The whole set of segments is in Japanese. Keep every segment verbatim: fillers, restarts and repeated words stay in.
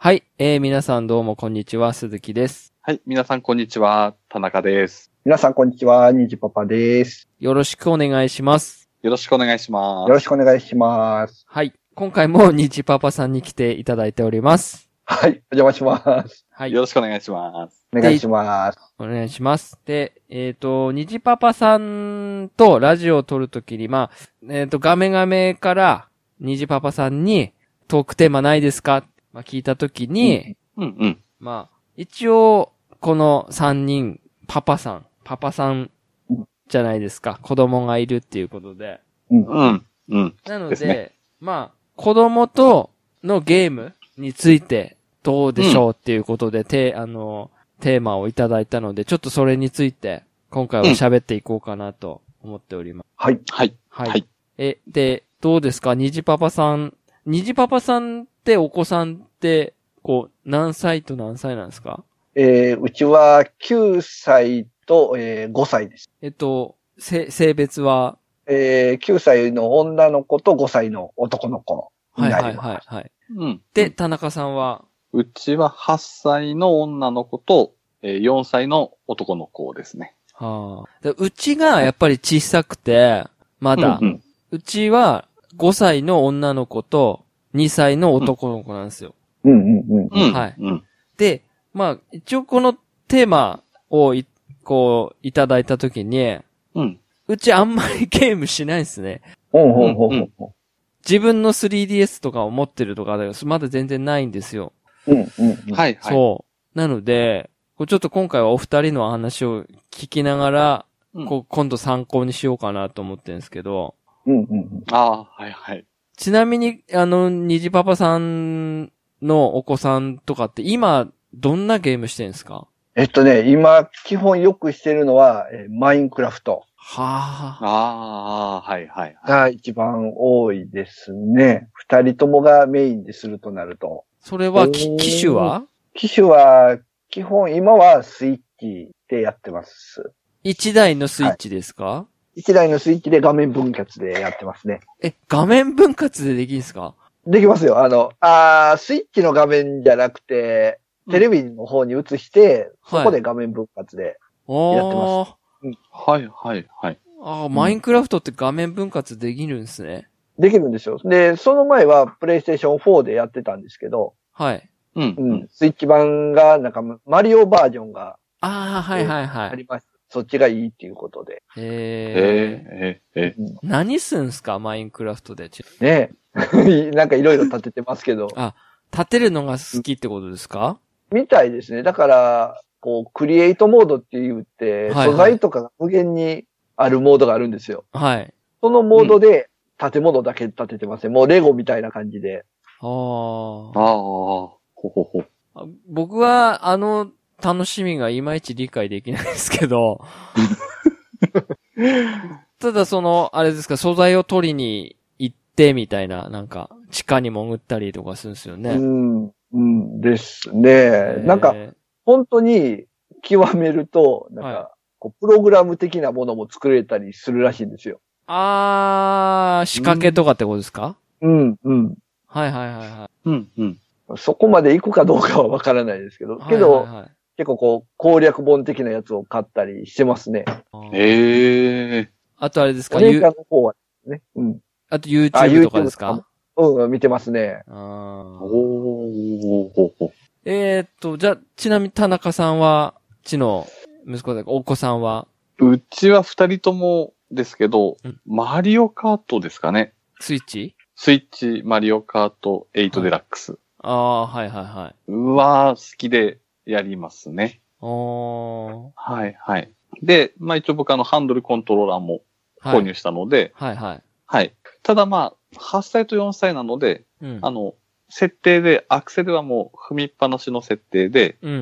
はい、えー、皆さんどうもこんにちは、鈴木です。 はい、皆さんこんにちは、田中です。 皆さんこんにちは、にじパパです。 よろしくお願いします。 よろしくお願いします。 よろしくお願いします。 はい、今回もにじパパさんに来ていただいております。 はい、お邪魔します。 はい、よろしくお願いします。 お願いします。 お願いします。で、えっ、ー、と、にじパパさんとラジオを撮るときに、まあ、えっ、ー、と、ガメガメからにじパパさんにトークテーマないですか、まあ、聞いたときに、 うん、うん、うん。 まあ、一応、このさんにん、パパさん、パパさんじゃないですか。子供がいるっていうことで。 うん、うん、うん。 なので、ね、まあ、子供とのゲームについてどうでしょうっていうことで、うん、て、あの、テーマをいただいたので、ちょっとそれについて、今回は喋っていこうかなと思っております。 はい。 はい。 はい。はい。え、で、どうですか？にじパパさん、にじパパさんってお子さんって、こう、何歳と何歳なんですか？ えー、うちはきゅうさいと、えー、ごさいです。 えっと、せ、性別はえー、きゅうさいの女の子とごさいの男の子になります。 はいはいはい、はい。 うん。 で、田中さんはうちははっさいの女の子と、えー、よんさいの男の子ですね。 はあ。でうちがやっぱり小さくて、まだ、うんうん、うちはごさいの女の子とにさいの男の子なんですよ。 うんうんうん。 はい。うん、で、まあ、一応このテーマをい、こう、いただいたときに、うん。うちあんまりゲームしないですね。 ほうほうほうほう。 自分の スリーディーエス とかを持ってるとかだけど、まだ全然ないんですよ。 うんうん、うん。 はいはい。そう。なので、ちょっと今回はお二人の話を聞きながら、うん、こう今度参考にしようかなと思ってるんですけど。 うんうんうん。 ああ、はいはい。 ちなみに、あの、にじパパさんのお子さんとかって今、どんなゲームしてるんですか？ えっとね、今、基本よくしてるのは、えー、マインクラフト。 はあ。 ああ、はいはい、 はい。が一番多いですね。二人ともがメインでするとなると。 それは、機種は機種は、基本今はスイッチでやってます。 一台のスイッチですか？はい、 一台のスイッチで画面分割でやってますね。 え、画面分割でできるんですか？ できますよ。あの、あー、スイッチの画面じゃなくて、テレビの方に映して、うん、そこで画面分割でやってます。 はい、うん、はいはいはい。 ああ、マインクラフトって画面分割できるんですね。 できるんですよ。で、その前はプレイステーションフォーでやってたんですけど、 はい。 うん。うん。スイッチ版が、なんか、マリオバージョンが、 ああ、はいはいはい。 あります。そっちがいいっていうことで。 へえ。 へえ、へえ。 何すんすか、マインクラフトで。 ねえ。なんかいろいろ立ててますけど。 あ、立てるのが好きってことですか？ みたいですね。だから、こう、クリエイトモードって言って、はいはい、素材とかが無限にあるモードがあるんですよ。 はい。 そのモードで建物だけ建ててますね。もうレゴみたいな感じで。 ああ。ああ。 ほほほ。 僕は、あの、楽しみがいまいち理解できないですけど。ただその、あれですか、素材を取りに行ってみたいな、なんか、地下に潜ったりとかするんですよね。 うん、うんですね。なんか、本当に極めると、なんか、はい、こうプログラム的なものも作れたりするらしいんですよ。 あー、仕掛けとかってことですか？ うん、うん。 はいはいはいはい。 うん、うん。 そこまで行くかどうかはわからないですけど、けど、はいはいはい、結構こう、攻略本的なやつを買ったりしてますね。 へえ。 あとあれですか？ お姉ちゃんの方はね。うん。 あと YouTube とかですか？ うん、見てますね。 あおー。 えーっと、じゃあ、ちなみに田中さんは、ちの息子だか、お子さんは？ うちは二人ともですけど、うん、マリオカートですかね。 スイッチ？ スイッチ、マリオカートエイトデラックス。はい、 ああ、はいはいはい。 うわー、好きでやりますね。 おー。 はいはい。で、まあ一応僕あのハンドルコントローラーも購入したので、 はい、はいはい。 はい。ただまあ、はっさいとよんさいなので、うん、あの、設定で、アクセルはもう踏みっぱなしの設定で、 うんうんうん、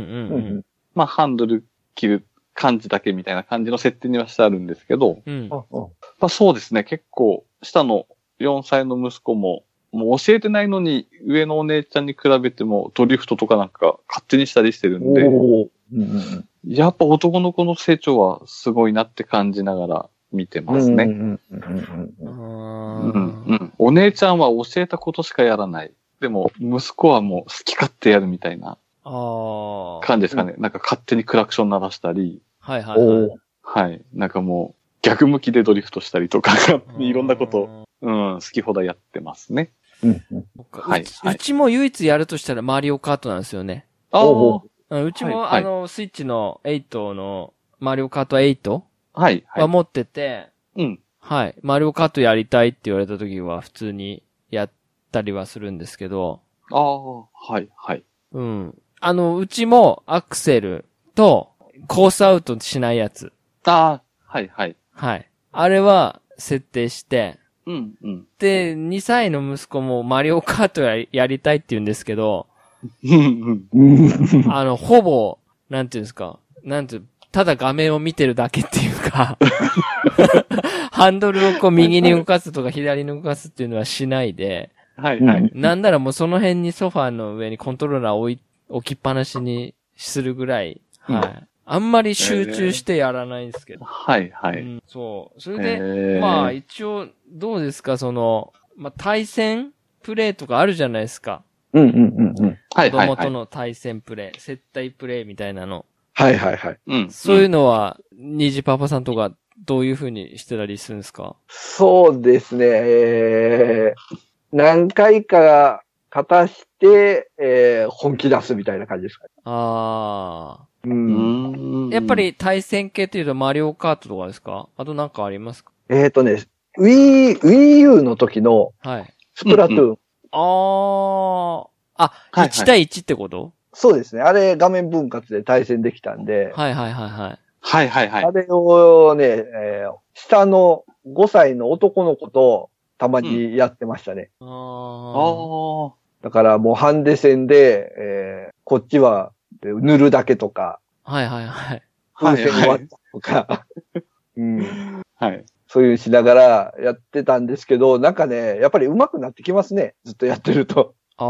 まあハンドル切る感じだけみたいな感じの設定にはしてあるんですけど、 うん、 まあそうですね、結構、下のよんさいの息子も、もう教えてないのに、上のお姉ちゃんに比べても、ドリフトとかなんか勝手にしたりしてるんで、 うん、 やっぱ男の子の成長はすごいなって感じながら見てますね。お姉ちゃんは教えたことしかやらない。 でも、息子はもう好き勝手やるみたいなああ。 感じですかね。なんか勝手にクラクション鳴らしたり、 はいはいはい。 はい。なんかもう、逆向きでドリフトしたりとか、いろんなことを、うん、好き放題やってますね。 うんはい、 うち。うちも唯一やるとしたらマリオカートなんですよね。 ああ。 うちも、 はいはい、 あの、スイッチのはちのマリオカートはちはい、はい。 は持ってて、 うん。 はい。マリオカートやりたいって言われた時は普通にやったりはするんですけど。 ああ、はい、はい。 うん。あの、うちもアクセルとコースアウトしないやつ。 ああ、はい、はい。 はい。あれは設定して、 うん、うん。 で、にさいの息子もマリオカートやりやりたいって言うんですけど、あの、ほぼ、なんていうんですか、なんていう、ただ画面を見てるだけっていうか、ハンドルをこう右に動かすとか左に動かすっていうのはしないで、 はい、はい。 なんならもうその辺にソファーの上にコントローラーを置い、置きっぱなしにするぐらい、はい。うん、あんまり集中してやらないんですけど。 はい、はい、 うん。そう。それで、まあ一応、どうですか、その、まあ対戦プレイとかあるじゃないですか。 うんうんうんうん。 子供との対戦プレイ、接待プレイみたいなの。 はいはいはい。 うん。 そういうのは、ニジパパさんとかどういう風にしてたりするんですか？ そうですね。えー、何回か勝たして、えー、本気出すみたいな感じですかね。 ああ。 うん。 やっぱり対戦系っていうとマリオカートとかですか？あとなんかありますか？ えっとね、Wii、Wii U の時の、はい。スプラトゥーン。うんうん、 ああ。あ、はいはい、いち対いちってこと？ そうですね。あれ画面分割で対戦できたんで。 はいはいはいはい。 はいはいはい。 あれをね、えー、下のごさいの男の子とたまにやってましたね。 うん、ああ。だからもうハンデ戦で、えー、こっちは塗るだけとか。 はいはいはい。 風船割ったとか。はいはい、うん。 はい。 そういうしながらやってたんですけど、なんかね、やっぱり上手くなってきますね。ずっとやってると。 ああ。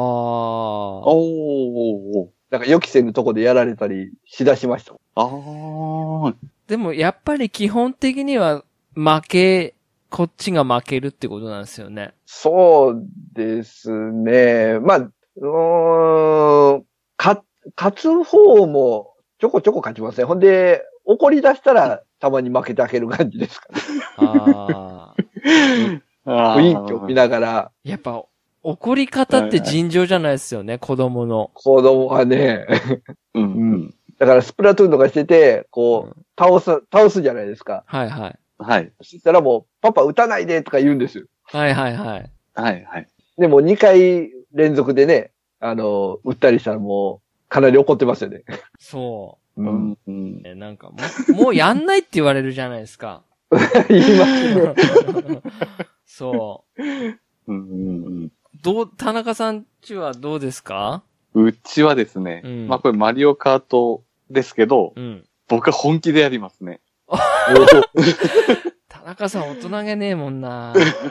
おー。 なんか予期せぬとこでやられたりしだしました。 ああ。 でもやっぱり基本的には負け、こっちが負けるってことなんですよね。 そうですね。まあ、うーん、か、勝つ方もちょこちょこ勝ちますね。ほんで、怒り出したらたまに負けてあげる感じですかね。 ああ。雰囲気を見ながら。 やっぱ、怒り方って尋常じゃないですよね、子供の。 子供はね。 うん、うん。 だからスプラトゥーンとかしてて、こう、倒す、倒すじゃないですか。 はいはい。 はい。 そしたらもう、パパ撃たないでとか言うんですよ。 はいはいはい。 はいはい。 でもにかい連続でね、あの、撃ったりしたらもう、かなり怒ってますよね。 そう。うん。 うん、え、なんかもう、もうやんないって言われるじゃないですか。 言いますね。 そう。 うんうんうん。 どう、田中さんちはどうですか？ うちはですね、うん、まあこれマリオカートですけど、うん、僕は本気でやりますね。 田中さん大人げねえもんな。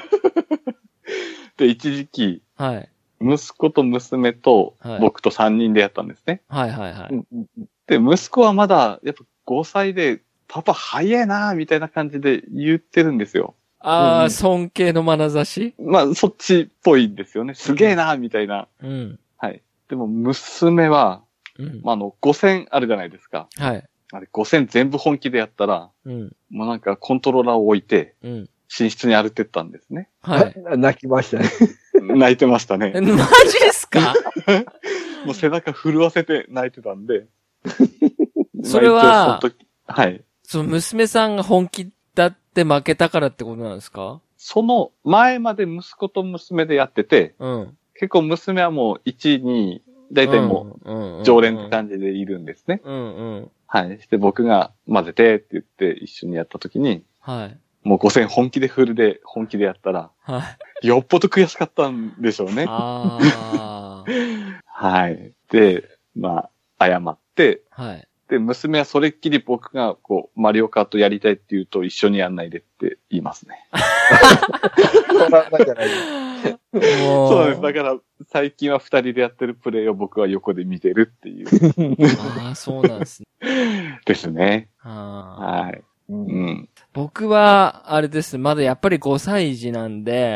で、一時期、 はい。 息子と娘と僕とさんにんでやったんですね。 はいはいはい。 で、息子はまだやっぱごさいで、パパ早えなーみたいな感じで言ってるんですよ。 ああ、うん、尊敬の眼差し？ まあ、そっちっぽいんですよね。すげえなーみたいな。 うん。 はい。でも、娘は、うん、まあ、あの、ごせんあるじゃないですか。 はい。 あれ、ごせん全部本気でやったら、 うん。 もうなんかコントローラーを置いて、うん。寝室に歩ってったんですね。 はい。 泣きましたね。 泣いてましたね。 マジですか？ もう背中震わせて泣いてたんで。 それは、 その時はい。 その娘さんが本気だって負けたからってことなんですか？ その前まで息子と娘でやってて、 うん、 結構娘はもういち、に、だいたいもう常連って感じでいるんですね。 うんうん、 はい。して僕が混ぜてって言って一緒にやった時に、 はい。 もうごせん本気でフルで本気でやったら、 はい。 よっぽど悔しかったんでしょうね。 ああ。 はい。で、まあ、謝って、 はい。 で、娘はそれっきり僕が、こう、マリオカートやりたいって言うと一緒にやんないでって言いますね。 そうなんじゃないそうです。だから、最近は二人でやってるプレイを僕は横で見てるっていう。 ああ、そうなんですね。ですね。 はい。うん。 僕は、あれです。まだやっぱりごさい児なんで、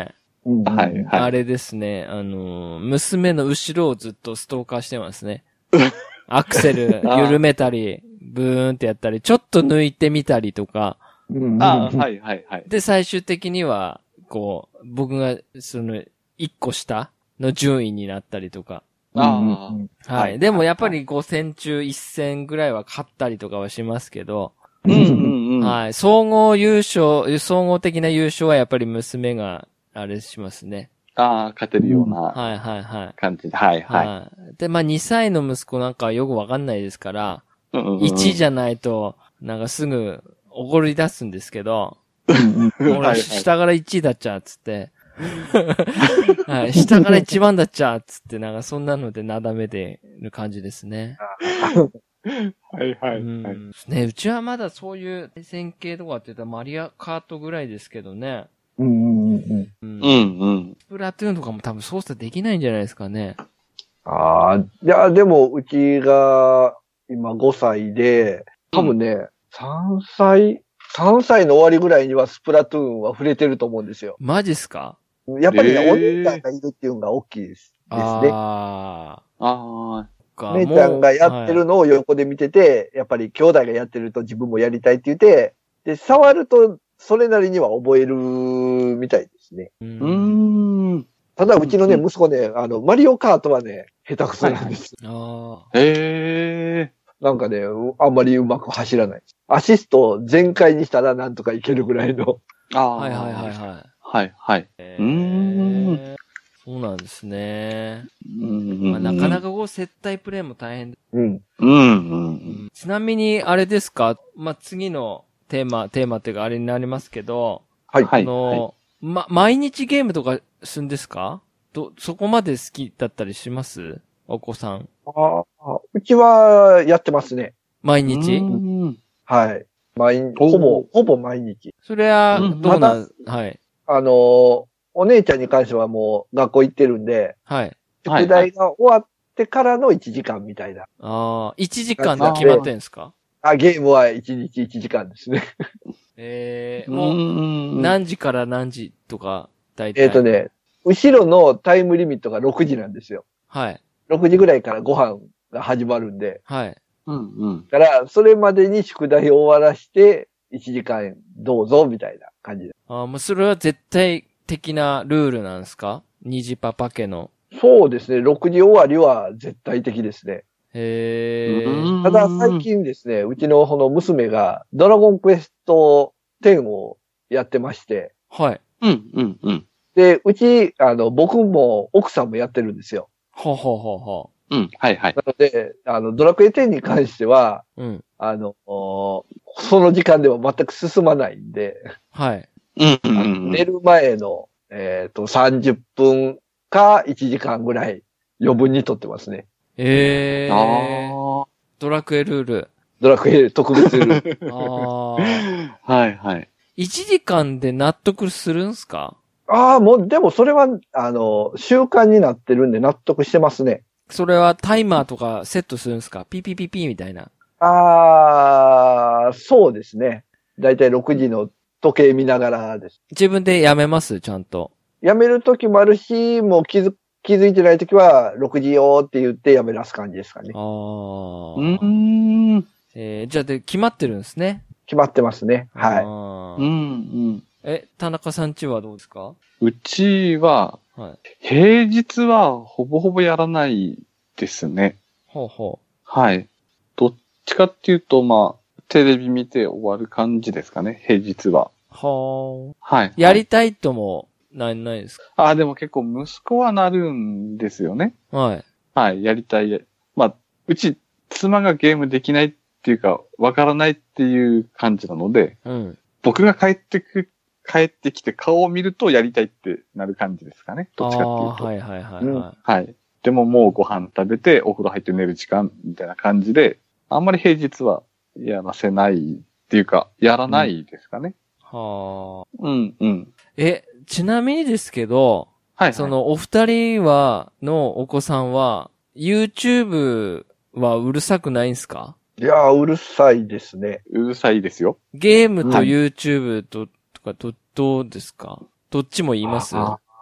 うんうんはいはい。 あれですね、あの、娘の後ろをずっとストーカーしてますね。アクセル緩めたり、ブーンってやったり、ちょっと抜いてみたりとか。 うんうんうんああ、はいはいはい。 で、最終的には、こう、僕が、その、一個下の順位になったりとか。 あうんうんはい。 はいでもやっぱりご戦中いち戦ぐらいは勝ったりとかはしますけど、 うんうんうん。 はい。総合優勝、総合的な優勝はやっぱり娘が、あれしますね。 ああ、勝てるようなはいはいはい。 感じで。はいはい。 はい。で、まあにさいの息子なんかはよくわかんないですから、 うんうんうんいちじゃないと、なんかすぐ怒り出すんですけど、 はいほら、 はい下からいちいだっちゃ、つって。はい、下から一番だっちゃ、つって、なんかそんなのでなだめてる感じですね。 はいはい。 うんはいね、うちはまだそういう対戦系とかって言ったらマリアカートぐらいですけどね。 うんうんうんうん。 うんうん。 スプラトゥーンとかも多分操作できないんじゃないですかね。 ああ、いや、でも、うちが今ごさいで、多分ね、さんさい、さんさいの終わりぐらいにはスプラトゥーンは触れてると思うんですよ。 マジっすか？ やっぱりね、 えーお姉ちゃんがいるっていうのが大きいです。ですね。 あああ、 あ。かお姉ちゃんがやってるの。 のを横で見てて、やっぱり兄弟がやってると自分もやりたいって言って、で、触るとそれなりには覚えるみたいですね。 う。 うんーん。 ただ、うちのね、 うん息子ね、あの、マリオカートはね、下手くそなんです。 あへえ。 なんかね、うあんまりうまく走らない。アシスト全開にしたらなんとかいけるぐらいの。 ああ。 あ。 はいはいはいはい。 はいはい。 えうーんそうなんですね。 うんまあ、なかなか。 かこう、接待プレイも大変。 うん。 うんうんちなみに、あれですか？まあ、次のテーマ、テーマっていうかあれになりますけど、 はい。 はいあの、ま、毎日ゲームとかすんですか？ど、そこまで好きだったりしますお子さん。 ああ、うちはやってますね。 毎うん。 日うんはい。毎日、 おーほぼ、ほぼ毎日。 それは、 うんどうなん、はい。 あのー、お姉ちゃんに関してはもう学校行ってるんで、 はい。 はい宿題が終わってからのいちじかんみたいな。 ああ、いちじかんで決まってんすか？ あ、ゲームはいちにちいちじかんですね。 ええー、 うもう、 ん。 何時から何時とか、大体。 えっと。ね、後ろのタイムリミットがろくじなんですよ。 はい。 ろくじぐらいからご飯が始まるんで。 はい。 うんうん。 だから、それまでに宿題を終わらして、いちじかんどうぞ、みたいな感じで。 ああ、もうそれは絶対的なルールなんですか？虹パパ家の。 そうですね、ろくじ終わりは絶対的ですね。 へえ。 うんただ、最近ですね、うちのこの娘が、ドラゴンクエストじゅうをやってまして、 はい。 うんうんうん。 で、うち、あの、僕も奥さんもやってるんですよ。 ほうほうほうほうん。はいはい。 なので、あの、ドラクエじゅうに関しては、 う。うん。 あの、おその時間では全く進まないんで、 はい。 うんうんあのうん。 寝る前の、えっ、と、さんじゅっぷんかいちじかんぐらい余分にとってますね。 ええー。 あドラクエルール。 ドラクエ特別ルール。 ああ。 あ。はいはい。 いちじかんで納得するんすか？ ああ、もう、でもそれは、あの、習慣になってるんで納得してますね。 それはタイマーとかセットするんすか？ピーピーピーピーみたいな。 ああ、そうですね。だいたいろくじの時計見ながらです。 自分でやめますちゃんと。 やめる時もあるし、もう気づ、気づいてない時はろくじよって言ってやめ出す感じですかね。 ああ。 うーん。 えー、じゃあで、決まってるんですね。 決まってますね。はい。 い。 うんうん。 え、田中さんちはどうですか？ うちは、 はい。 平日はほぼほぼやらないですね。 ほうほはい。どっちかっていうと、まあ、テレビ見て終わる感じですかね、平日は。 う。ははい。 あ。やりたいとも、ない、ないですか？ あ、でも結構息子はなるんですよね。 はい。 はい、やりたい。まあ、うち、妻がゲームできないっていうか、わからないっていう感じなので、 うん。 僕が帰ってく、帰ってきて顔を見るとやりたいってなる感じですかね。どっちかっていうと。 あーはいはいはいははい。でももうご飯食べてお風呂入って寝る時間みたいな感じで、あんまり平日はやらせないっていうか、やらないですかね。 い。はあ。 うん、うん。 え、ちなみにですけど、 はい、はい。 そ、の、お二人は、のお子さんは、YouTube はうるさくないんすか？ いやー、うるさいですね。 うるさいですよ。 ゲームとはい YouTube と、とか、ど、どうですか？どっちも言います？ あ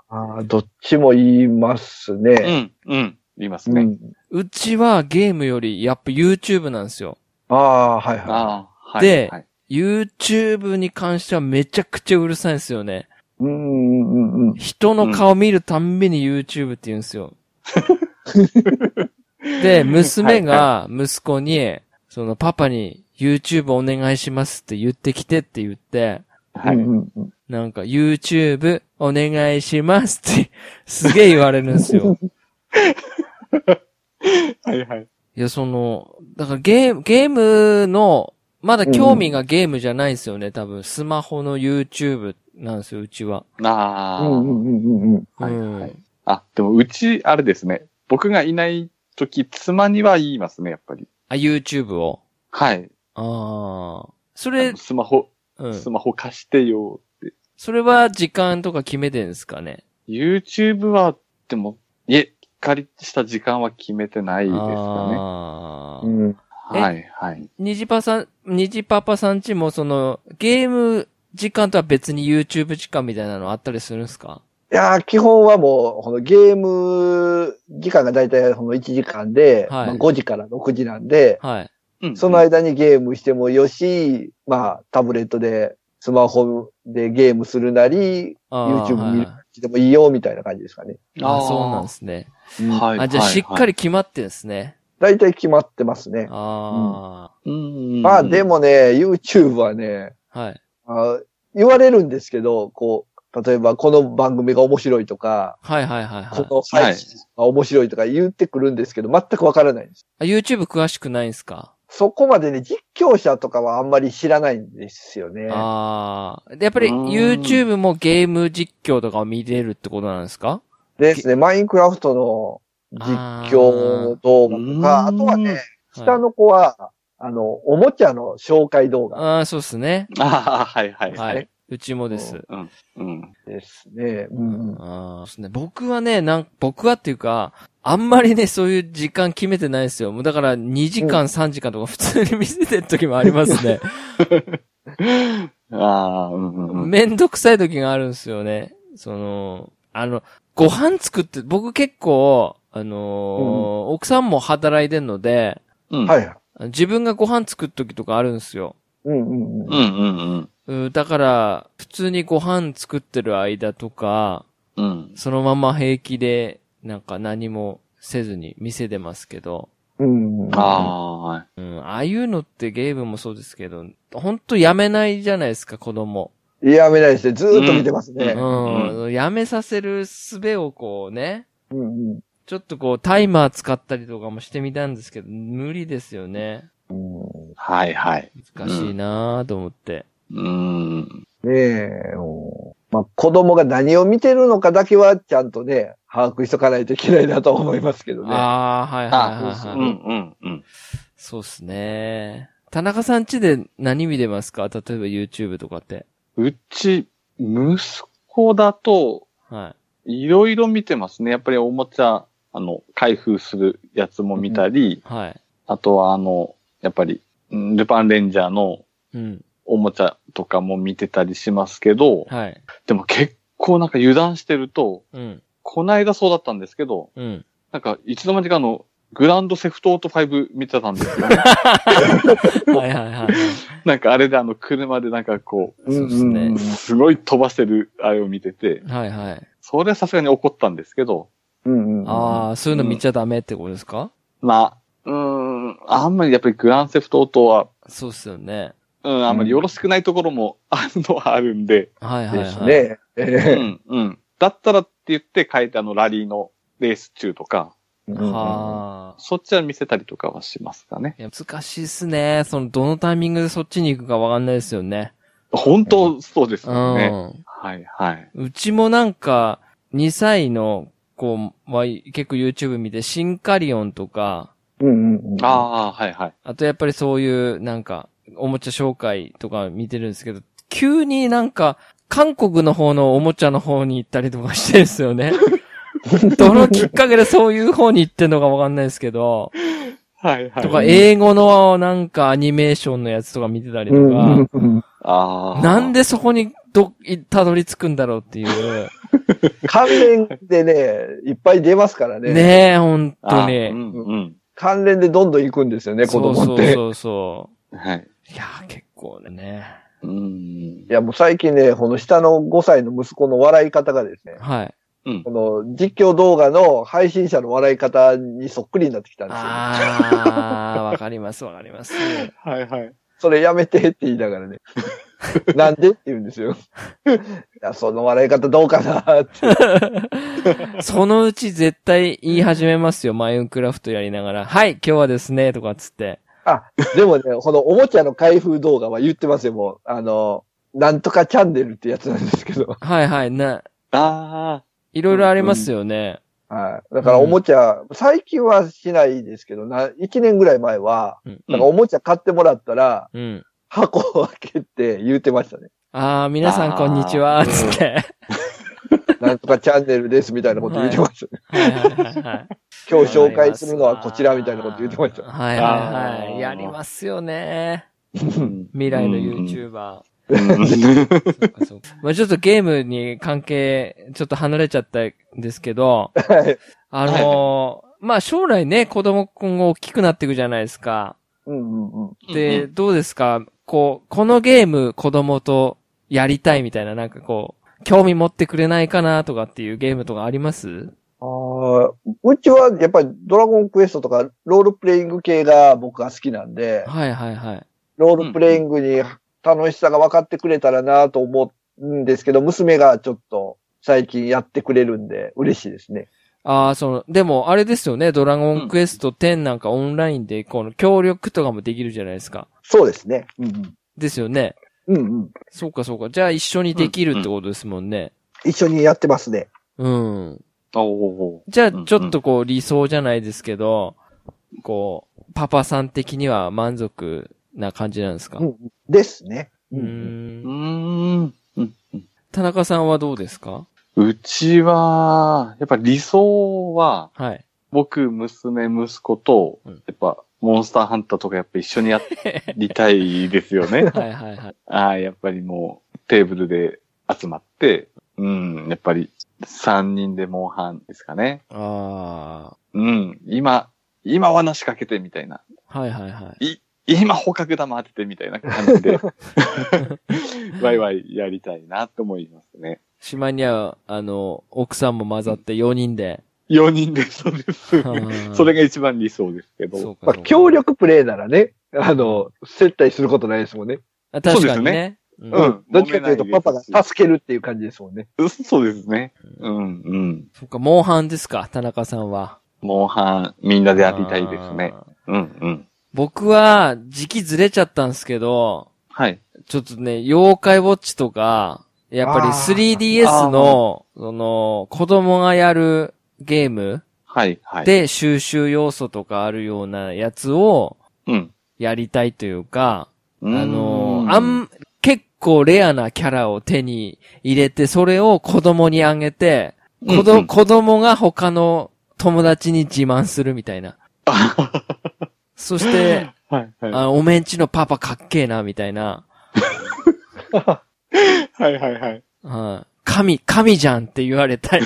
ああ、どっちも言いますうね。 ん、うん、言いますね。 うん。 うちはゲームよりやっぱ YouTube なんですよ。 ああ、はいはああ、はい。 ではい、 YouTube に関してはめちゃくちゃうるさいんですよね。 い。うんうんうんうん。 人の顔見るたんびに YouTube って言うんですよ。で、娘が息子に、そのパパに YouTube お願いしますって言ってきてって言って、 はい。 うんうんうんなんか YouTube お願いしますってすげえ言われるんですよ。 はいはい。 いや、その、だからゲーム、ゲームの、まだ興味がゲームじゃないですよね、多分。スマホの YouTube なんですよ、うちは。 ああ、 うんうんうんうん。 はいうんはい。あ、でもうち、あれですね。僕がいないとき、妻には言いますね、やっぱり。 あ、YouTube を。 はい。 ああ。そあれの、スマホ、 うん。 スマホ貸してよって。 それは時間とか決めてるんですかね。 YouTube は、でも、いえ、しっかりした時間は決めてないですかね。 ああ。 うん。 えはい、はい。 にじぱさん、にじパパさんちもその、ゲーム時間とは別に YouTube 時間みたいなのあったりするんですか？ いやー、基本はもう、このゲーム時間がだいたいこのいちじかんで、 はいまあ、ごじからろくじなんで、 はい。 うんその間にゲームしてもよし、まあ、タブレットで、スマホでゲームするなり、 あー YouTube 見るはいでもいいよ、みたいな感じですかね。 あー、そうなんですね。 はい。 あ、じゃあしっかり。 り決まってんですね。 だいたい決まってますね。 あうん。 まあ、で、もね、YouTube はね、 あ、はい。 あ言われるんですけど、こう、例えばこの番組が面白いとか、 はいはいはいはい。 この配信が面白いとか言ってくるんですけど、全くわからないんです。 あ YouTube 詳しくないんすか？ そこまでね、実況者とかはあんまり知らないんですよね。 ああ。でやっぱりうーん YouTube もゲーム実況とかを見れるってことなんですか？ ですね、マインクラフトの実況動画とか、 あーあとはね、下の子は、あの、おもちゃの紹介動画ああ、そうですね。 ああ、はいはい。 はい。うちもです。 うん。うん。 ですね。うんうんああ、そうですね。僕はね、なん、僕はっていうか、あんまりね、そういう時間決めてないですよ。もうだからにじかん、さんじかんとか普通に見せてる時もありますね。 ああ、うんうんうん。 めんどくさい時があるんですよね。その、あの、ご飯作って、僕結構、あのー奥さんも働いてんので、 うん。 はいはい。 自分がご飯作る時とかあるんですよ。 うんうんうん。 うんうんうんだから、普通にご飯作ってる間とか、 うん。うん。 そのまま平気で、なんか何もせずに店出ますけど、 うんうん。 ああ、はい。 うん、ああいうのってゲームもそうですけど、ほんとやめないじゃないですか、子供。 やめないですね。ずーっと見てますね。 うん、やめさせる術をこうね、 うんうん。 ちょっとこうタイマー使ったりとかもしてみたんですけど、無理ですよね。 うんはいはい。 難しいなぁと思って。 うん。 ねえ、もうまあ、子供が何を見てるのかだけはちゃんとね、把握しとかないといけないなと思いますけどね。 ああ、はいはいはい、はい。 うんうんうん。 そうっすね。田中さん家で何見てますか？例えば YouTube とかって。 うち、息子だと、 はい。 いろいろ見てますね。やっぱりおもちゃ、あの、開封するやつも見たり、 はい。 あとはあの、やっぱり、うんルパンレンジャーのうん。 おもちゃとかも見てたりしますけど、 はい。 でも結構なんか油断してると、 うん。 こないだそうだったんですけど、 うん。 なんかいつの間にかあの、グランドセフトオートファイブ見てたんですよね。 はいはいはい。 なんかあれであの車でなんかこそうですねう、すごい飛ばしてるあれを見てて、 はいはい。 それはさすがに怒ったんですけど、 うんうん。 ああ、そういうの見ちゃダメってことですか？ まあ、うーん、あんまりやっぱりグランセフトオートは、 そうっすよね。 うん、あんまりよろしくないところもあるのはあるんで、 はいはいはい。 ですね。 うえん、うん。だったらって言って書いてあのラリーのレース中とか、 えはあ。 そっちは見せたりとかはしますかね。 いや、難しいっすね。その、どのタイミングでそっちに行くかわかんないですよね。 本当そうですうよね。 ん。 はい、はい。 うちもなんか、にさいの子は結構 YouTube 見て、シンカリオンとか、 うんうんうん。 ああ、はい、はい。 あとやっぱりそういう、なんか、おもちゃ紹介とか見てるんですけど、急になんか、韓国の方のおもちゃの方に行ったりとかしてるんですよね。どのきっかけでそういう方に行ってんのかわかんないですけど、 はい、はい。 とか英語のなんかアニメーションのやつとか見てたりとか、 ああ。 なんでそこにど、たどり着くんだろうっていう。 関連でね、いっぱい出ますからね。 ねえ、本当に、 うんうん。 関連でどんどん行くんですよね、子供って。 そうそうそう。 はい。 いやー、結構ね。 うん。 いや、もう最近ね、この下のごさいの息子の笑い方がですね。 はい。 うん、 この実況動画の配信者の笑い方にそっくりになってきたんですよ、ね。 ああ、わかりますわかります。 はいはい。 それやめてって言いながらね。なんでって言うんですよ。いや、その笑い方どうかなって。 そのうち絶対言い始めますよ。マインクラフトやりながら。はい、今日はですね、とかっつって。 あ、でもね、このおもちゃの開封動画は言ってますよ、もう。あの、なんとかチャンネルってやつなんですけど。 はいはい、な。 ああ。 いろいろありますよね。 うんうん、はい。だからおもちゃ、うん、最近はしないですけど、な、いちねんぐらい前は、うん、なんかおもちゃ買ってもらったら、うん、箱を開けて言うてましたね。 ああ、皆さんこんにちは、つって。 なんとかチャンネルですみたいなこと言ってましたね。はいはいはいはい、今日紹介するのはこちらみたいなこと言ってました。 はいはいはい。やりますよね。未来の YouTuber。まあちょっとゲームに関係、ちょっと離れちゃったんですけど、はい、あのー、まあ将来ね、子供今後大きくなっていくじゃないですか。 うんうんうん、 で、どうですかこう、このゲーム子供とやりたいみたいな、なんかこう、興味持ってくれないかなとかっていうゲームとかあります？ ああ、うちはやっぱりドラゴンクエストとかロールプレイング系が僕が好きなんで、 はいはいはい。 ロールプレイングに楽しさが分かってくれたらなと思うんですけど、娘がちょっと最近やってくれるんで嬉しいですね。 ああ、その、でもあれですよね、ドラゴンクエストテンなんかオンラインでこの協力とかもできるじゃないですか。 そうですね。うんうん、 ですよね。 うんうん。 そうかそうか。じゃあ一緒にできるってことですもんね。 うんうん、一緒にやってますね。 うん。 おじゃあちょっとこう理想じゃないですけど、こう、パパさん的には満足な感じなんですか？ うん、ですね。 うーん。うん。 田中さんはどうですか？ うちは、やっぱ理想は、 はい。 僕、娘、息子と、やっぱ、モンスターハンターとかやっぱ一緒にやりたいですよね。 はいはいはい。 ああ、やっぱりもう、テーブルで集まって、うん、やっぱり、三人でモンハンですかね。 ああ。 うん、今、今罠仕掛けてみたいな。 はいはいはい。 い、今捕獲玉当ててみたいな感じで、ワイワイやりたいなと思いますね。 しまいには、あの、奥さんも混ざってよにんで。 よにんで、そうです。それが一番理想ですけど。 そうかそうか、まあ、協力プレイならね、あの、接待することないですもんね。 あ、確かにね。 うん。うん、どっちかというとパパが助けるっていう感じですもんね。 そうですね。うん、うん。 そっか、モンハンですか、田中さんは。 モンハン、みんなでやりたいですね。うん、うん。 僕は、時期ずれちゃったんですけど、 はい。 ちょっとね、妖怪ウォッチとか、やっぱり スリーディーエス の、その、子供がやるゲームはいはい。 で収集要素とかあるようなやつを、 うん。 やりたいというか、 うん、 あの、あん、結構レアなキャラを手に入れて、それを子供にあげて、子供、うんうん、子供が他の友達に自慢するみたいな。そして、 はいはい、 あおめんちのパパかっけえな、みたいな。 はいはいはい。 はい。神、神じゃんって言われたい。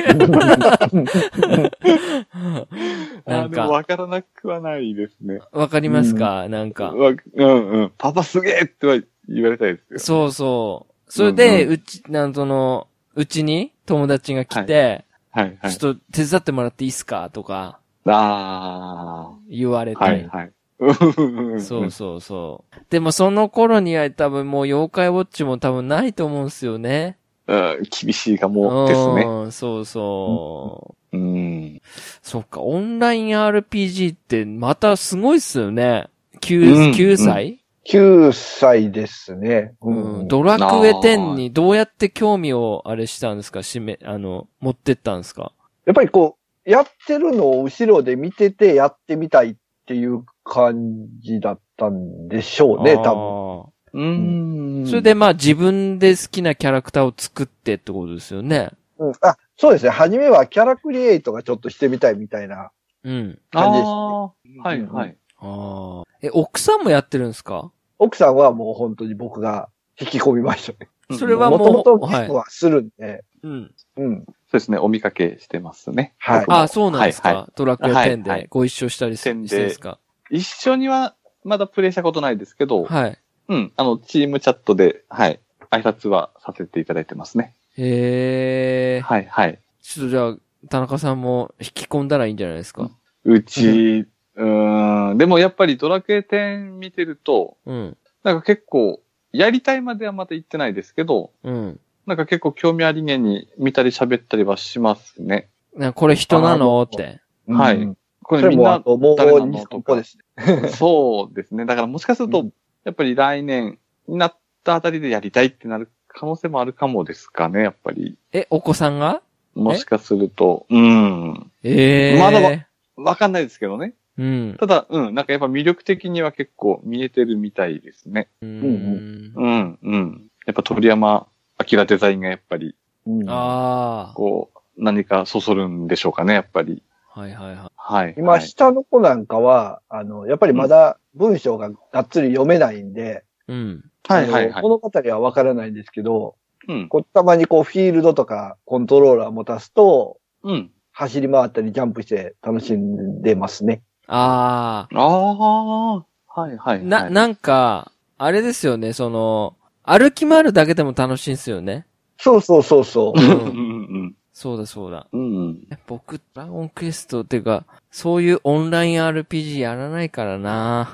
なんか。わからなくはないですね。 わかりますか、うん、なんか。 うんうん。パパすげえっては言われたいですよ。 そうそう。それで、うんうん、うち、なんその、うちに友達が来て、はい、はいはい。ちょっと手伝ってもらっていいっすかとか。 ああ。 言われたい。 はいはい。 そうそうそう。でもその頃には多分もう妖怪ウォッチも多分ないと思うんですよね。 うん、厳しいかもですね。 うん、そうそう。うん。 そっか、オンライン アールピージー ってまたすごいっすよね。きゅう、うん、きゅうさい、うん、 きゅうさいですね。 うん。ドラクエテンにどうやって興味をあれしたんですかしめ、あの、持ってったんですか？ やっぱりこう、やってるのを後ろで見ててやってみたいっていう感じだったんでしょうね、多分。 うーん。それでまあ自分で好きなキャラクターを作ってってことですよね。 うん。あ、そうですね。初めはキャラクリエイトがちょっとしてみたいみたいなうん。 感じですね。 あはいはい。 ああ。え、奥さんもやってるんですか？ 奥さんはもう本当に僕が引き込みましたね。 それはもう、 もともとゲームはするんで、 うん。 うん。 そうですね、お見かけしてますね。 はい。 あ、そうなんですか。 はいはい、 ドラクエテンでご一緒したりしてるんですか。 一緒にはまだプレイしたことないですけど、 はい。 うん、あの、チームチャットで、はい、挨拶はさせていただいてますね。 へー。 はいはい。 ちょっとじゃあ、田中さんも引き込んだらいいんじゃないですか。 うち、うーん、でもやっぱりドラクエテン見てると、 うん。 なんか結構、やりたいまではまだ言ってないですけど、 うん。 なんか結構興味ありげに見たり喋ったりはしますね。 なこれ人なのって。 はい。これみんな誰なのとかですね。そうですね。だからもしかすると、やっぱり来年になったあたりでやりたいってなる可能性もあるかもですかね、やっぱり。 え、お子さんがもしかすると、うん。 ええー。 まだわ、わかんないですけどね。 うん。 ただ、うん、なんかやっぱ魅力的には結構見えてるみたいですね。 うん。 うん、うん。やっぱ鳥山明デザインがやっぱり、 うん、ああ。 こう、何かそそるんでしょうかね、やっぱり。 はいはいはい。 はい。 今、下の子なんかは、あの、やっぱりまだ文章ががっつり読めないんで、 うん。 はいはいはい。 物語はわからないんですけど、 うん。 こうたまにこうフィールドとかコントローラー持たすと、 うん。 走り回ったりジャンプして楽しんでますね。 ああ。 ああ。はいはいはい。 な、なんか、あれですよね、その、歩き回るだけでも楽しいんですよね。 そうそうそうそう。 うん。 うん、 そうだそうだ。 うん。 僕、ドラゴンクエストっていうか、そういうオンライン アールピージー やらないからな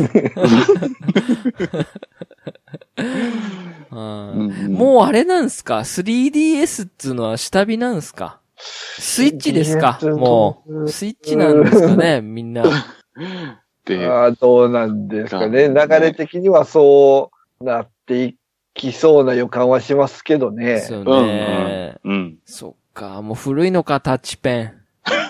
うんもうあれなんすか ?スリーディーエス っていうのは下火なんすかスイッチですかもう。スイッチなんですかねみんな。 でああ、どうなんですかね。流れ的にはそうなっていきそうな予感はしますけどね。 ですよね。 うん、うん。 そっか。もう古いのか、タッチペン。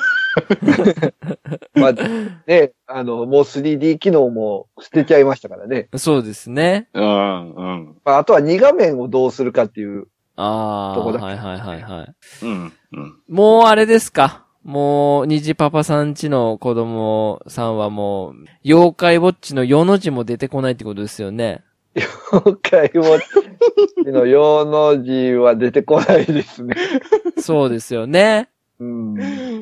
まあ、ね、あの、もう スリーディー 機能も捨てちゃいましたからね。 そうですね。 うん、うん。 まあ、あとはに画面をどうするかっていう。 ああ、はいはいはいはい。 うん、うん。 もうあれですかもう、虹パパさんちの子供さんはもう、妖怪ウォッチのよの字も出てこないってことですよね。 妖怪ウォッチのよの字は出てこないですね。 そうですよね。 うん。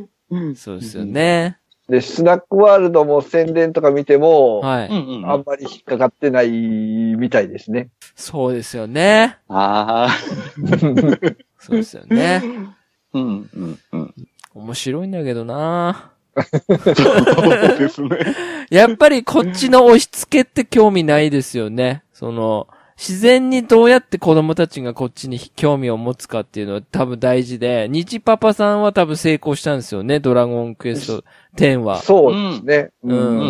そうですよね。 で、スナックワールドも宣伝とか見ても、 はい。 あんまり引っかかってないみたいですね。 そうですよね。 ああ。 そうですよね。 うん、うん、うん。 面白いんだけどなそうですね。 やっぱりこっちの押し付けって興味ないですよね。その、自然にどうやって子供たちがこっちに興味を持つかっていうのは多分大事で、日パパさんは多分成功したんですよね、ドラゴンクエストテンは。 そうですね。 うん。うん。 うん、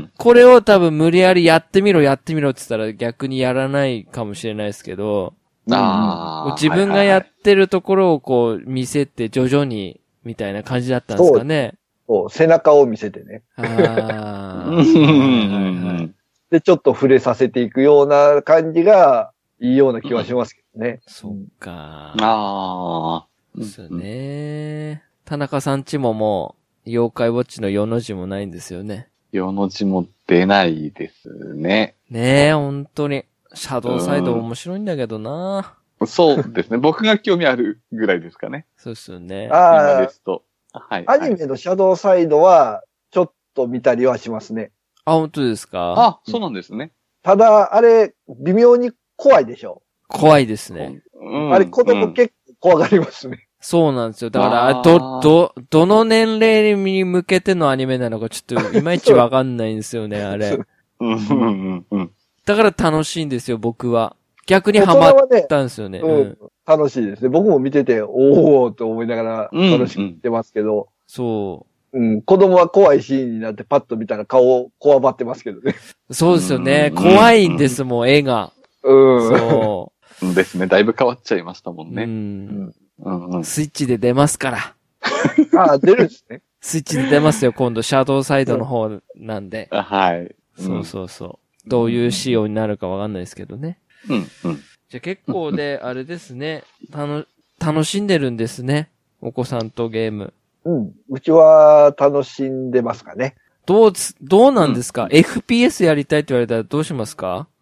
これを多分無理やりやってみろやってみろって言ったら逆にやらないかもしれないですけど、 ああ。 自分がやってるところをこう見せて徐々にみたいな感じだったんですかね。 そう、背中を見せてね。 ああ。 で、ちょっと触れさせていくような感じがいいような気はしますけどね。 そっか。 ああ。 ですね。田中さんちももう、妖怪ウォッチのよの字もないんですよね。 よの字も出ないですね。 ねえ、本当に。シャドウサイド面白いんだけどな。 そうですね。僕が興味あるぐらいですかね。 そうですよね。 あ今ですと。はい。 アニメのシャドウサイドは、ちょっと見たりはしますね。 あ、本当ですか？ あ、そうなんですね。 ただ、あれ、微妙に怖いでしょ。 怖いですね。 うん、 あれ、子供結構怖がりますね。 そうなんですよ。だから、ど、ど、どの年齢に向けてのアニメなのかちょっといまいちわかんないんですよね、あれ。 うんうんうん。 だから楽しいんですよ、僕は。逆にハマったんですよね。 ねうん、楽しいですね。僕も見てて、おーと思いながら楽しく見てますけど。うんうん、 そう。 うん、子供は怖いシーンになってパッと見たら顔をこわばってますけどね。 そうですよね。怖いんですもん、絵が。 うん。 そう。 ですね。だいぶ変わっちゃいましたもんね。 うん。 うんうん、 スイッチで出ますから。 ああ、出るんですね。 スイッチで出ますよ、今度、シャドウサイドの方なんで。 うん、はい。 そうそうそう。どういう仕様になるかわかんないですけどね。 うん、うん。 じゃあ結構で、あれですね。たの、楽しんでるんですね。お子さんとゲーム。 うん。うちは楽しんでますかね。 どう、どうなんですか、うん、エフピーエス やりたいって言われたらどうしますか？ う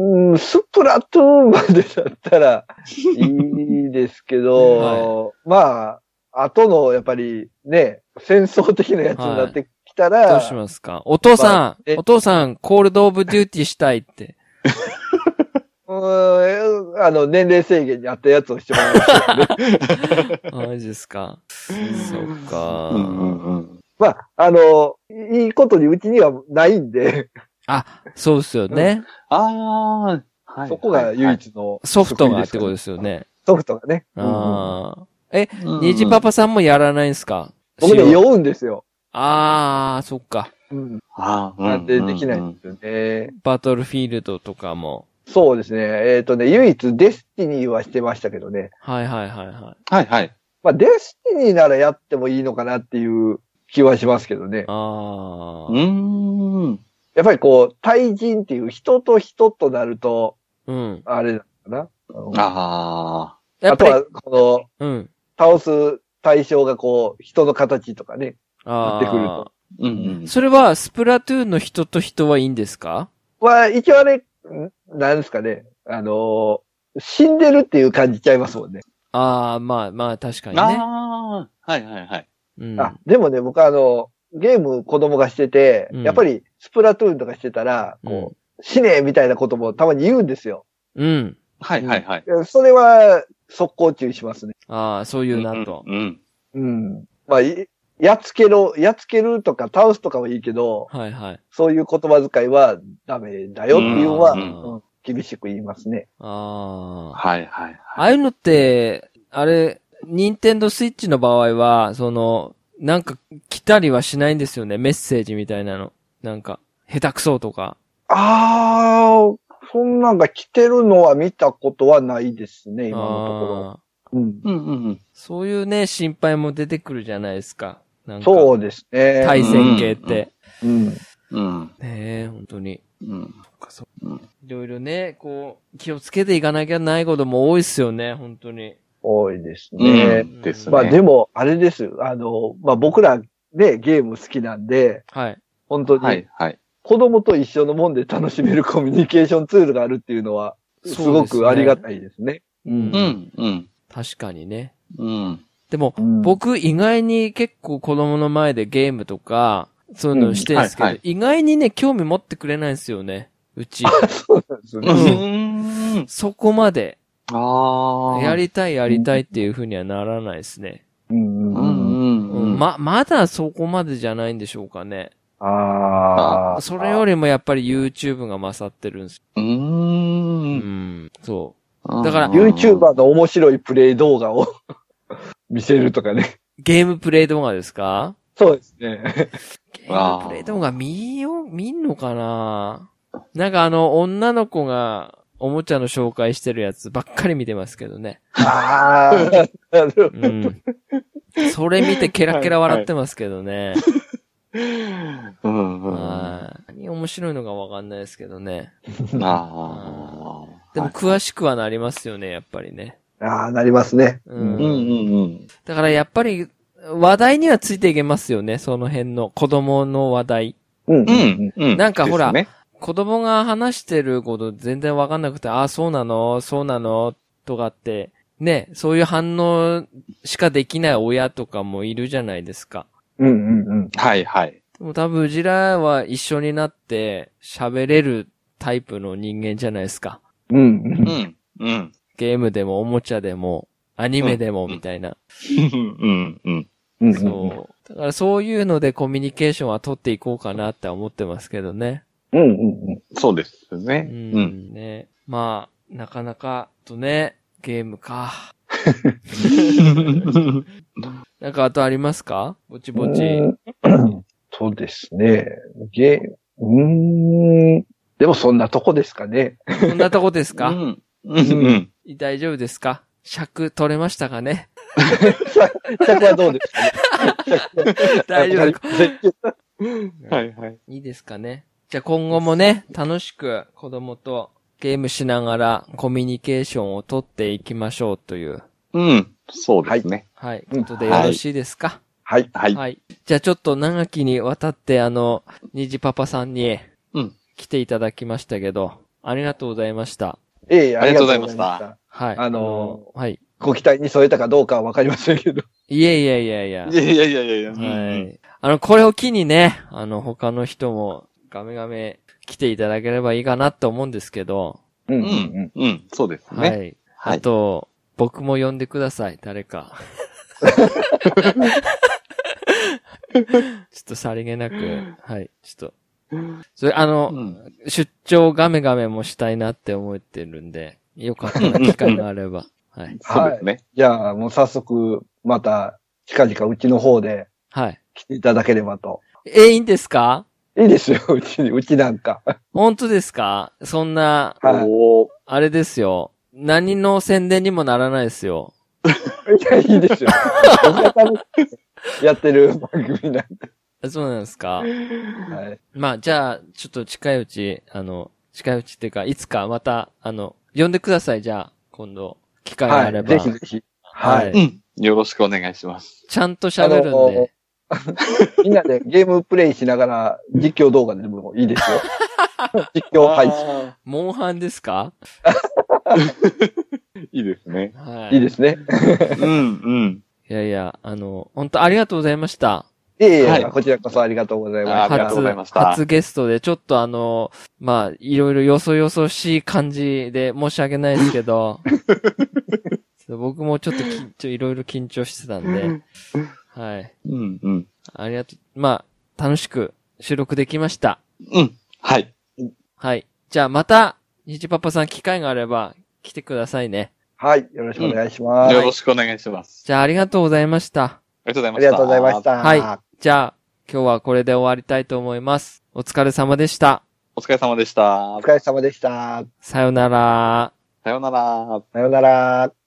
うん、スプラトゥーンまでだったらいいですけど、はい、まあ、後のやっぱりね、戦争的なやつになってきたら、はい、 どうしますか？お父さん、まあ、お父さん、コールドオブデューティーしたいって。 うーん、あの、年齢制限にあったやつをしてもらいましたね。 マジですか。そっか、 うんうんうん。まあ、あの、いいことにうちにはないんで。 あ、そうですよね。 うん、ああ、はい。 そこが唯一の、 ソフトがってことですよね。 ソフトがね。 ああ。え、ニジパパさんもやらないんすか？ 僕ね、酔うんですよ。 ああ、そっか。 うん。ああ、なんでできないんですよね。 バトルフィールドとかも。 そうですね。えっとね、唯一デスティニーはしてましたけどね。 はいはいはいはい。 はいはい。 まあ、デスティニーならやってもいいのかなっていう気はしますけどね。 ああ。 うーん。 やっぱりこう、対人っていう人と人となると、 うん。 あれだかな。 ああ。 あとは、この、うん。 倒す対象がこう、人の形とかね、なってくると。 うんうん。それは、スプラトゥーンの人と人はいいんですか？ は、一応あれ、なんですかね。あのー、死んでるっていう感じちゃいますもんね。 ああ、まあまあ、確かにね。 ああ、はいはいはい。 うん、あ、でもね、僕あの、ゲーム子供がしてて、うん、やっぱりスプラトゥーンとかしてたら、こう、うん、死ねみたいなこともたまに言うんですよ。 うん。 はいはいはい。 それは、速攻注意しますね。 ああ、そういうなと。 うん。 うん。うん、まあ、やっつけろ、やっつけるとか倒すとかはいいけど、 はいはい。 そういう言葉遣いはダメだよっていうのは、うんうん、厳しく言いますね。 ああ。 はいはいはい。 ああいうのって、あれ、ニンテンドースイッチの場合は、その、なんか来たりはしないんですよね。メッセージみたいなの。なんか、下手くそとか。 ああ、そんなんが来てるのは見たことはないですね、今のところ。うん。 うんうんうん。そういうね、心配も出てくるじゃないですか。なんかそうですね。 対戦系って。 うん。 うん。 ねえ、本当に。 うん。 そう。いろいろね、こう、気をつけていかなきゃないことも多いですよね、本当に。 多いですね。 うん、ですね。 まあでも、あれです。あの、まあ僕らね、ゲーム好きなんで、 はい。 本当に、はい、はい。子供と一緒のもんで楽しめるコミュニケーションツールがあるっていうのは、すごくありがたいですね。 うん。 うん。うん。 確かにね。 うん。 でも、うん、僕意外に結構子供の前でゲームとか、そういうのしてるんですけど、うんはいはい、意外にね、興味持ってくれないんですよね。うち。 そうなんですね。 うん。そこまで。 ああ。 やりたいやりたいっていう風にはならないですね。 うんうんうん。 ま、まだそこまでじゃないんでしょうかね。 ああ。 それよりもやっぱり YouTube が勝ってるんです。 うーん。 うん。そう。だから、 YouTuber の面白いプレイ動画を見せるとかね。 ゲームプレイ動画ですか？ そうですね。 ゲームプレイ動画見よ、見んのかな？なんかあの、女の子がおもちゃの紹介してるやつばっかり見てますけどね。 ああ。 うん。それ見てケラケラ笑ってますけどね。 うんうん、 何面白いのかわかんないですけどね。 あでも詳しくはなりますよね、やっぱりね。 ああ、なりますね。 うんうんうん。 だからやっぱり話題にはついていけますよね、その辺の子供の話題。 うんうんうん。 なんかほら、ね、子供が話してること全然わかんなくて、ああ、そうなのそうなのとかって、ね、そういう反応しかできない親とかもいるじゃないですか。 うんうんうん。 はいはい。 でも多分うちらは一緒になって喋れるタイプの人間じゃないですか。 うんうんうん。 ゲームでもおもちゃでもアニメでもみたいな。 うんうんうん。 そう。だからそういうのでコミュニケーションは取っていこうかなって思ってますけどね。 うんうんうん。 そうですね。 うん、うん、ね。まあ、なかなかとね、ゲームか。なんかあとありますか？ぼちぼち。 そうですね。ゲーム、うーん。でもそんなとこですかね。 そんなとこですか？ うん。うん。 大丈夫ですか？尺取れましたかね？ 尺はどうですかね？ 大丈夫。 はいはい。 いいですかね。じゃあ今後もね、楽しく子供とゲームしながらコミュニケーションを取っていきましょうという。 うん。そうですね。 はい。はい。ことでよろしいですか？ はい。 はい。 はい。じゃあちょっと長きにわたってあの、にじパパさんに、 うん。 来ていただきましたけど、 ありがとうございました。 ええ、 ありがとうございました。 はい。 あのー、 はい。 ご期待に添えたかどうかはわかりませんけど。 いやいやいやいや。 いやいやいやいやいや。 はい。あの、これを機にね、あの、他の人もガメガメ来ていただければいいかなと思うんですけど。 うんうんうん。うん、そうですね。 はい。はい、あと、僕も呼んでください、誰か。ちょっとさりげなく、はい、ちょっと。それ、あの、うん、出張ガメガメもしたいなって思ってるんで、よかったら機会があれば。はい。 そうですね。はい、じゃあ、もう早速、また、近々うちの方で、はい。来ていただければと。 え、いいんですか？ いいですよ、うちに、うちなんか。 本当ですか？そんな、はい、あれですよ。何の宣伝にもならないですよ。 いや、いいですよ。やってる番組なんで。 そうなんですか。はい。まあ、じゃあ、ちょっと近いうち、あの、近いうちっていうか、いつかまた、あの、呼んでください、じゃあ、今度、機会があれば。 はい、ぜひぜひ。 はい。うん。よろしくお願いします。 ちゃんと喋るんで。 みんなでゲームプレイしながら実況動画でもいいですよ。実況配信。 モンハンですか？ いいですね。 はい。いいですね。 うん、うん。 いやいや、あの、本当ありがとうございました。 いえいえ、はい、こちらこそありがとうございました。 ありがとうございました。 初ゲストで、ちょっとあの、まあ、いろいろよそよそしい感じで申し訳ないですけど、僕もちょっと緊張、いろいろ緊張してたんで、はい。 うんうん。 ありがとう。まあ、楽しく収録できました。 うん。はい。 はい。じゃあまた、にじパパさん機会があれば来てくださいね。 はい。よろしくお願いします。 うん、よろしくお願いします。 じゃあありがとうございました。 ありがとうございました。 ありがとうございました。 はい。じゃあ、今日はこれで終わりたいと思います。お疲れ様でした。 お疲れ様でした。 お疲れ様でした。 さよなら。 さよなら。 さよなら。